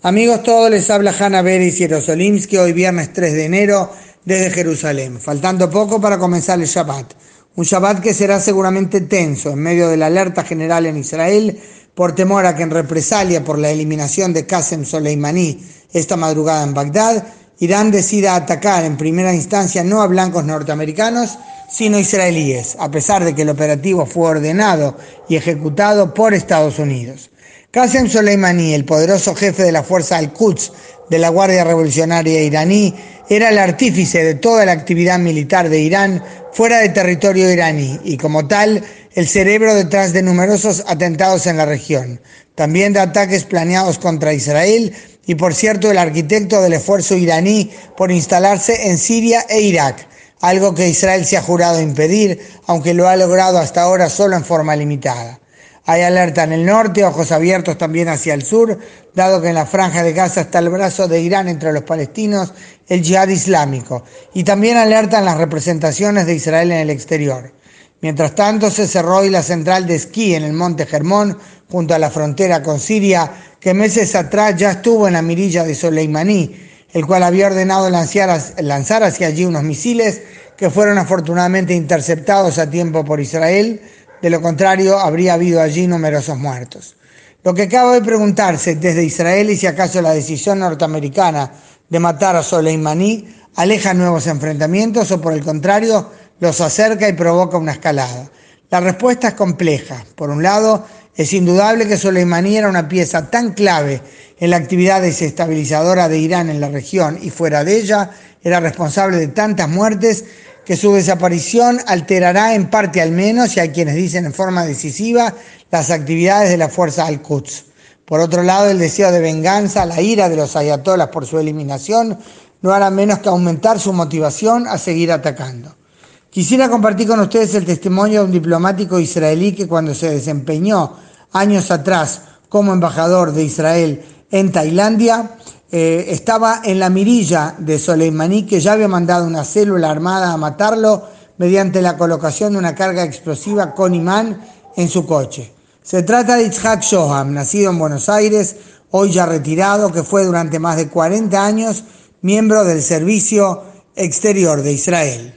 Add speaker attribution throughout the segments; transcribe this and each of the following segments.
Speaker 1: Amigos todos, les habla Hanna Beris Yerosolimsky, hoy viernes 3 de enero desde Jerusalén, faltando poco para comenzar el Shabbat. Un Shabbat que será seguramente tenso en medio de la alerta general en Israel por temor a que en represalia por la eliminación de Qasem Soleimani esta madrugada en Bagdad, Irán decida atacar en primera instancia no a blancos norteamericanos, sino israelíes, a pesar de que el operativo fue ordenado y ejecutado por Estados Unidos. Qasem Soleimani, el poderoso jefe de la fuerza Al-Quds de la Guardia Revolucionaria iraní, era el artífice de toda la actividad militar de Irán fuera de territorio iraní y, como tal, el cerebro detrás de numerosos atentados en la región, también de ataques planeados contra Israel y, por cierto, el arquitecto del esfuerzo iraní por instalarse en Siria e Irak, algo que Israel se ha jurado impedir, aunque lo ha logrado hasta ahora solo en forma limitada. Hay alerta en el norte, ojos abiertos también hacia el sur, dado que en la franja de Gaza está el brazo de Irán entre los palestinos, el Yihad Islámico, y también alerta en las representaciones de Israel en el exterior. Mientras tanto, se cerró hoy la central de esquí en el monte Hermón, junto a la frontera con Siria, que meses atrás ya estuvo en la mirilla de Soleimani, el cual había ordenado lanzar hacia allí unos misiles que fueron afortunadamente interceptados a tiempo por Israel. De lo contrario, habría habido allí numerosos muertos. Lo que cabe preguntarse desde Israel es si acaso la decisión norteamericana de matar a Soleimani aleja nuevos enfrentamientos o, por el contrario, los acerca y provoca una escalada. La respuesta es compleja. Por un lado, es indudable que Soleimani era una pieza tan clave en la actividad desestabilizadora de Irán en la región y fuera de ella, era responsable de tantas muertes que su desaparición alterará en parte al menos, y hay quienes dicen en forma decisiva, las actividades de la fuerza Al-Quds. Por otro lado, el deseo de venganza, la ira de los ayatolas por su eliminación, no hará menos que aumentar su motivación a seguir atacando. Quisiera compartir con ustedes el testimonio de un diplomático israelí que, cuando se desempeñó años atrás como embajador de Israel en Tailandia, estaba en la mirilla de Soleimani, que ya había mandado una célula armada a matarlo mediante la colocación de una carga explosiva con imán en su coche. Se trata de Itzhak Shoham, nacido en Buenos Aires, hoy ya retirado, que fue durante más de 40 años miembro del Servicio Exterior de Israel.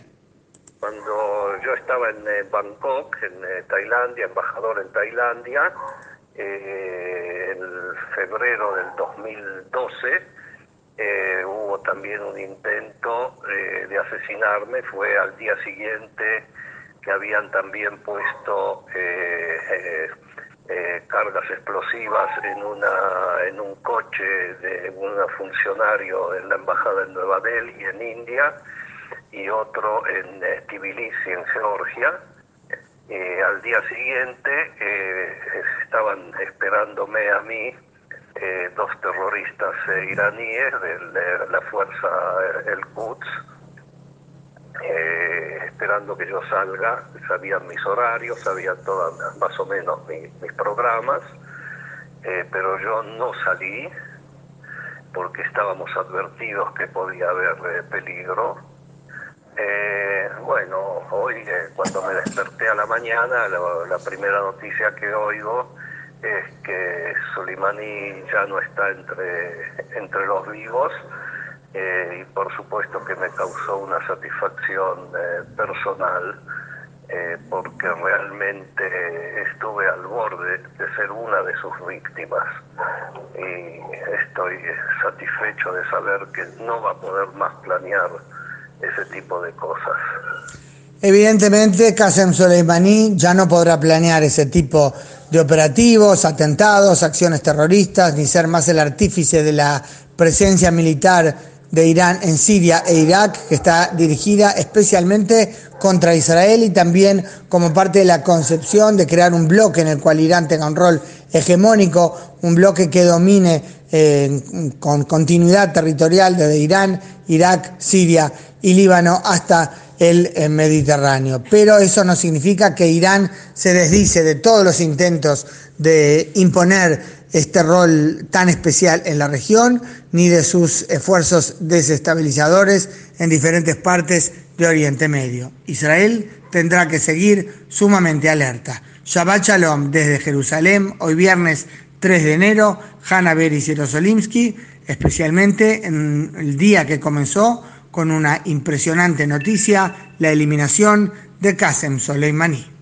Speaker 2: Cuando yo estaba en Bangkok, en Tailandia, embajador en Tailandia, en febrero del 2012 hubo también un intento de asesinarme. Fue al día siguiente que habían también puesto cargas explosivas en un coche de un funcionario en la embajada en Nueva Delhi, en India, y otro en Tbilisi, en Georgia. Al día siguiente estaban esperándome a mí dos terroristas iraníes de la fuerza El-Quds, esperando que yo salga. Sabían mis horarios, sabían todas más o menos mis programas, pero yo no salí porque estábamos advertidos que podía haber peligro. Bueno, hoy cuando me desperté a la mañana, la primera noticia que oigo es que Soleimani ya no está entre los vivos, y por supuesto que me causó una satisfacción personal, porque realmente estuve al borde de ser una de sus víctimas, y estoy satisfecho de saber que no va a poder más planear ese tipo de cosas.
Speaker 1: Evidentemente, Qasem Soleimani ya no podrá planear ese tipo de operativos, atentados, acciones terroristas, ni ser más el artífice de la presencia militar de Irán en Siria e Irak, que está dirigida especialmente contra Israel y también como parte de la concepción de crear un bloque en el cual Irán tenga un rol hegemónico, un bloque que domine con continuidad territorial desde Irán, Irak, Siria y Líbano hasta el Mediterráneo. Pero eso no significa que Irán se desdice de todos los intentos de imponer este rol tan especial en la región, ni de sus esfuerzos desestabilizadores en diferentes partes de Oriente Medio. Israel tendrá que seguir sumamente alerta. Shabbat Shalom desde Jerusalén, hoy viernes 3 de enero, Hannah Beris y Jerozolimsky, especialmente en el día que comenzó con una impresionante noticia, la eliminación de Qasem Soleimani.